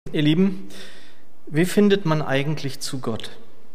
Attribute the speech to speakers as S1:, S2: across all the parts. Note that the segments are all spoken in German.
S1: Ihr Lieben, wie findet man eigentlich zu Gott?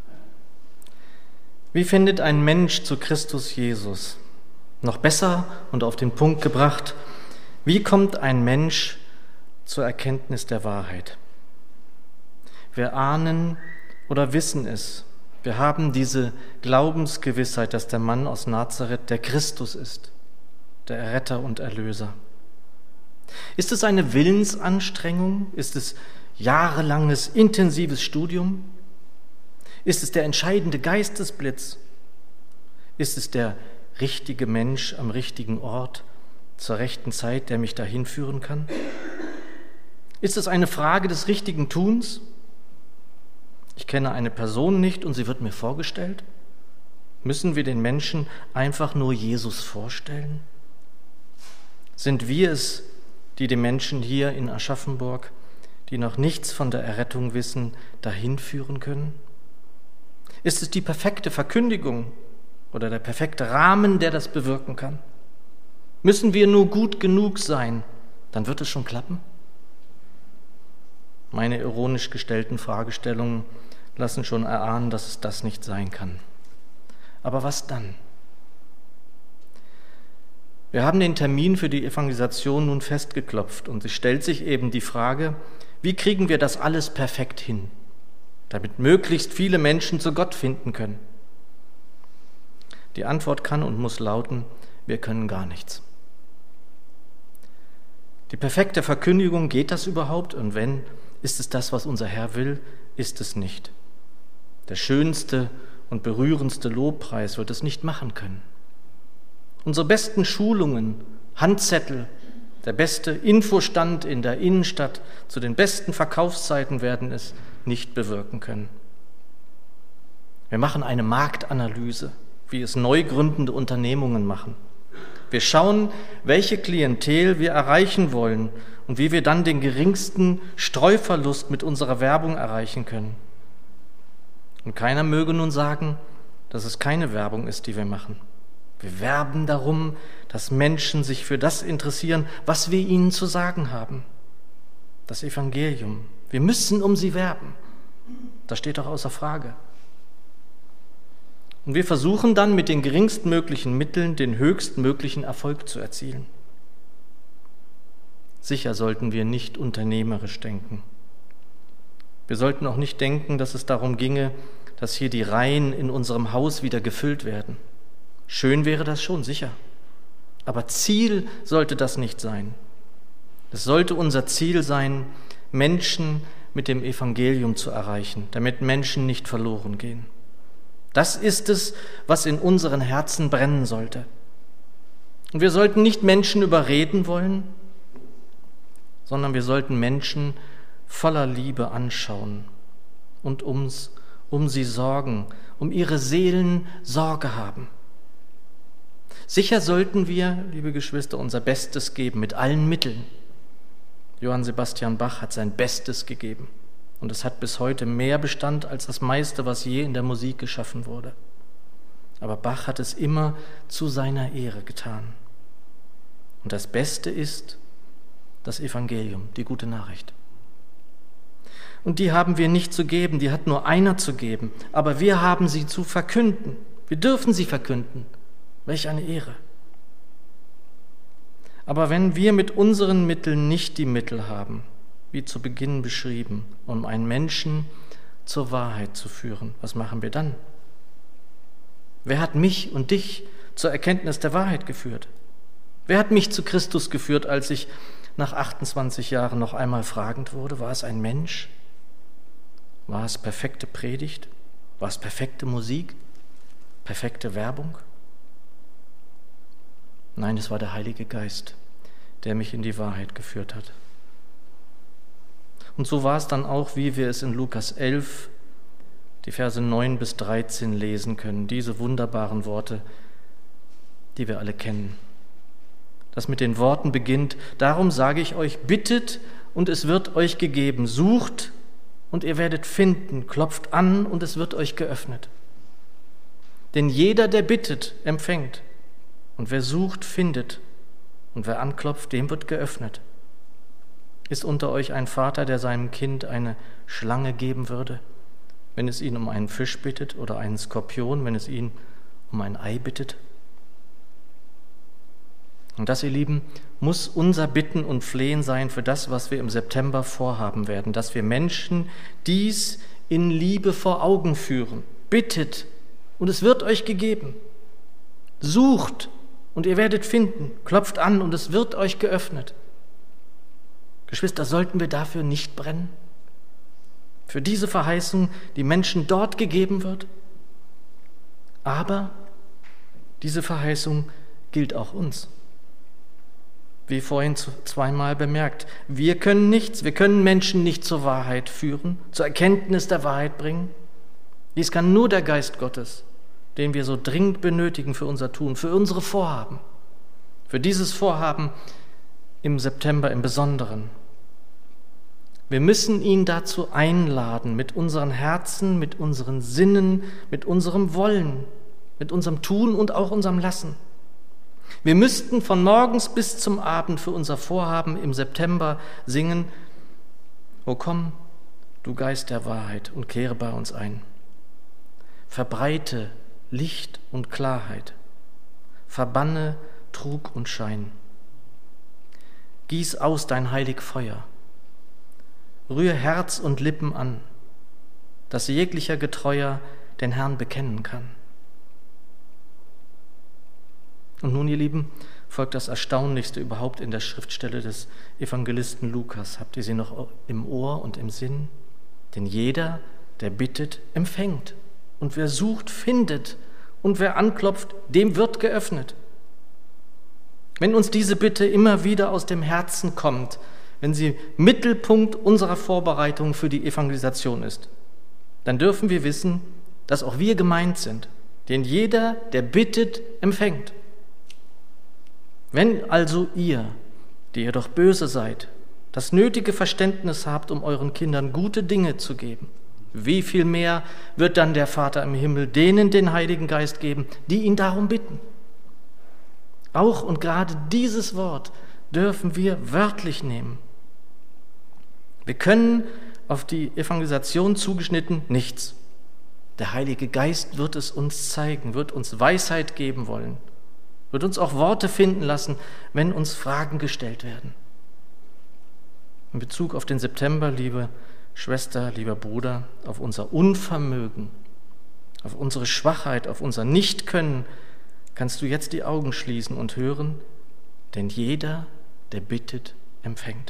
S1: Wie findet ein Mensch zu Christus Jesus? Noch besser und auf den Punkt gebracht, wie kommt ein Mensch zur Erkenntnis der Wahrheit? Wir ahnen oder wissen es. Wir haben diese Glaubensgewissheit, dass der Mann aus Nazareth der Christus ist, der Erretter und Erlöser. Ist es eine Willensanstrengung? Ist es jahrelanges, intensives Studium? Ist es der entscheidende Geistesblitz? Ist es der richtige Mensch am richtigen Ort zur rechten Zeit, der mich dahin führen kann? Ist es eine Frage des richtigen Tuns? Ich kenne eine Person nicht und sie wird mir vorgestellt. Müssen wir den Menschen einfach nur Jesus vorstellen? Sind wir es, die Menschen hier in Aschaffenburg, die noch nichts von der Errettung wissen, dahin führen können? Ist es die perfekte Verkündigung oder der perfekte Rahmen, der das bewirken kann? Müssen wir nur gut genug sein, dann wird es schon klappen? Meine ironisch gestellten Fragestellungen lassen schon erahnen, dass es das nicht sein kann. Aber was dann? Wir haben den Termin für die Evangelisation nun festgeklopft und es stellt sich eben die Frage, wie kriegen wir das alles perfekt hin, damit möglichst viele Menschen zu Gott finden können? Die Antwort kann und muss lauten, wir können gar nichts. Die perfekte Verkündigung, geht das überhaupt? Und wenn, ist es das, was unser Herr will? Ist es nicht. Der schönste und berührendste Lobpreis wird es nicht machen können. Unsere besten Schulungen, Handzettel, der beste Infostand in der Innenstadt zu den besten Verkaufszeiten werden es nicht bewirken können. Wir machen eine Marktanalyse, wie es neu gründende Unternehmungen machen. Wir schauen, welche Klientel wir erreichen wollen und wie wir dann den geringsten Streuverlust mit unserer Werbung erreichen können. Und keiner möge nun sagen, dass es keine Werbung ist, die wir machen. Wir werben darum, dass Menschen sich für das interessieren, was wir ihnen zu sagen haben. Das Evangelium. Wir müssen um sie werben. Das steht doch außer Frage. Und wir versuchen dann mit den geringstmöglichen Mitteln den höchstmöglichen Erfolg zu erzielen. Sicher sollten wir nicht unternehmerisch denken. Wir sollten auch nicht denken, dass es darum ginge, dass hier die Reihen in unserem Haus wieder gefüllt werden. Schön wäre das schon, sicher. Aber Ziel sollte das nicht sein. Es sollte unser Ziel sein, Menschen mit dem Evangelium zu erreichen, damit Menschen nicht verloren gehen. Das ist es, was in unseren Herzen brennen sollte. Und wir sollten nicht Menschen überreden wollen, sondern wir sollten Menschen voller Liebe anschauen und um sie sorgen, um ihre Seelen Sorge haben. Sicher sollten wir, liebe Geschwister, unser Bestes geben mit allen Mitteln. Johann Sebastian Bach hat sein Bestes gegeben und es hat bis heute mehr Bestand als das meiste, was je in der Musik geschaffen wurde. Aber Bach hat es immer zu seiner Ehre getan. Und das Beste ist das Evangelium, die gute Nachricht. Und die haben wir nicht zu geben, die hat nur einer zu geben, aber wir haben sie zu verkünden. Wir dürfen sie verkünden. Welch eine Ehre. Aber wenn wir mit unseren Mitteln nicht die Mittel haben, wie zu Beginn beschrieben, um einen Menschen zur Wahrheit zu führen, was machen wir dann? Wer hat mich und dich zur Erkenntnis der Wahrheit geführt? Wer hat mich zu Christus geführt, als ich nach 28 Jahren noch einmal fragend wurde? War es ein Mensch? War es perfekte Predigt? War es perfekte Musik? Perfekte Werbung? Nein, es war der Heilige Geist, der mich in die Wahrheit geführt hat. Und so war es dann auch, wie wir es in Lukas 11, die Verse 9 bis 13 lesen können, diese wunderbaren Worte, die wir alle kennen. Das mit den Worten beginnt: Darum sage ich euch, bittet und es wird euch gegeben, sucht und ihr werdet finden, klopft an und es wird euch geöffnet. Denn jeder, der bittet, empfängt. Und wer sucht, findet. Und wer anklopft, dem wird geöffnet. Ist unter euch ein Vater, der seinem Kind eine Schlange geben würde, wenn es ihn um einen Fisch bittet, oder einen Skorpion, wenn es ihn um ein Ei bittet? Und das, ihr Lieben, muss unser Bitten und Flehen sein für das, was wir im September vorhaben werden, dass wir Menschen dies in Liebe vor Augen führen. Bittet, und es wird euch gegeben. Sucht, und ihr werdet finden. Klopft an, und es wird euch geöffnet. Geschwister, sollten wir dafür nicht brennen? Für diese Verheißung, die Menschen dort gegeben wird? Aber diese Verheißung gilt auch uns. Wie vorhin zweimal bemerkt, wir können nichts, wir können Menschen nicht zur Wahrheit führen, zur Erkenntnis der Wahrheit bringen. Dies kann nur der Geist Gottes, den wir so dringend benötigen für unser Tun, für unsere Vorhaben, für dieses Vorhaben im September im Besonderen. Wir müssen ihn dazu einladen, mit unseren Herzen, mit unseren Sinnen, mit unserem Wollen, mit unserem Tun und auch unserem Lassen. Wir müssten von morgens bis zum Abend für unser Vorhaben im September singen: O komm, du Geist der Wahrheit, und kehre bei uns ein. Verbreite Licht und Klarheit, verbanne Trug und Schein. Gieß aus dein heilig Feuer, rühr Herz und Lippen an, dass jeglicher Getreuer den Herrn bekennen kann. Und nun, ihr Lieben, folgt das Erstaunlichste überhaupt in der Schriftstelle des Evangelisten Lukas. Habt ihr sie noch im Ohr und im Sinn? Denn jeder, der bittet, empfängt. Und wer sucht, findet. Und wer anklopft, dem wird geöffnet. Wenn uns diese Bitte immer wieder aus dem Herzen kommt, wenn sie Mittelpunkt unserer Vorbereitung für die Evangelisation ist, dann dürfen wir wissen, dass auch wir gemeint sind. Denn jeder, der bittet, empfängt. Wenn also ihr, die ihr doch böse seid, das nötige Verständnis habt, um euren Kindern gute Dinge zu geben, wie viel mehr wird dann der Vater im Himmel denen den Heiligen Geist geben, die ihn darum bitten? Auch und gerade dieses Wort dürfen wir wörtlich nehmen. Wir können auf die Evangelisation zugeschnitten nichts. Der Heilige Geist wird es uns zeigen, wird uns Weisheit geben wollen, wird uns auch Worte finden lassen, wenn uns Fragen gestellt werden. In Bezug auf den September, liebe Schwester, lieber Bruder, auf unser Unvermögen, auf unsere Schwachheit, auf unser Nichtkönnen, kannst du jetzt die Augen schließen und hören, denn jeder, der bittet, empfängt.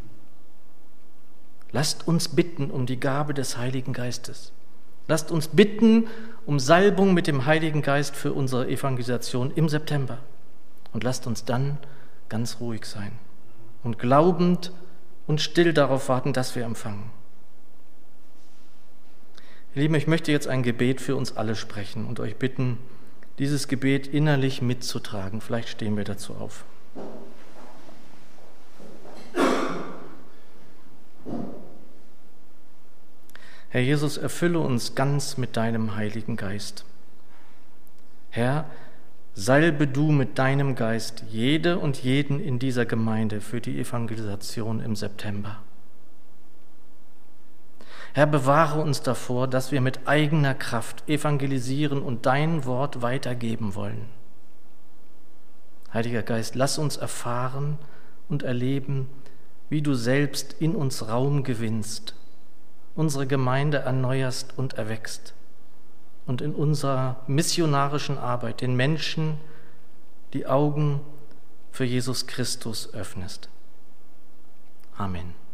S1: Lasst uns bitten um die Gabe des Heiligen Geistes. Lasst uns bitten um Salbung mit dem Heiligen Geist für unsere Evangelisation im September. Und lasst uns dann ganz ruhig sein und glaubend und still darauf warten, dass wir empfangen. Ihr Lieben, ich möchte jetzt ein Gebet für uns alle sprechen und euch bitten, dieses Gebet innerlich mitzutragen. Vielleicht stehen wir dazu auf. Herr Jesus, erfülle uns ganz mit deinem Heiligen Geist. Herr, salbe du mit deinem Geist jede und jeden in dieser Gemeinde für die Evangelisation im September. Herr, bewahre uns davor, dass wir mit eigener Kraft evangelisieren und dein Wort weitergeben wollen. Heiliger Geist, lass uns erfahren und erleben, wie du selbst in uns Raum gewinnst, unsere Gemeinde erneuerst und erwächst und in unserer missionarischen Arbeit den Menschen die Augen für Jesus Christus öffnest. Amen.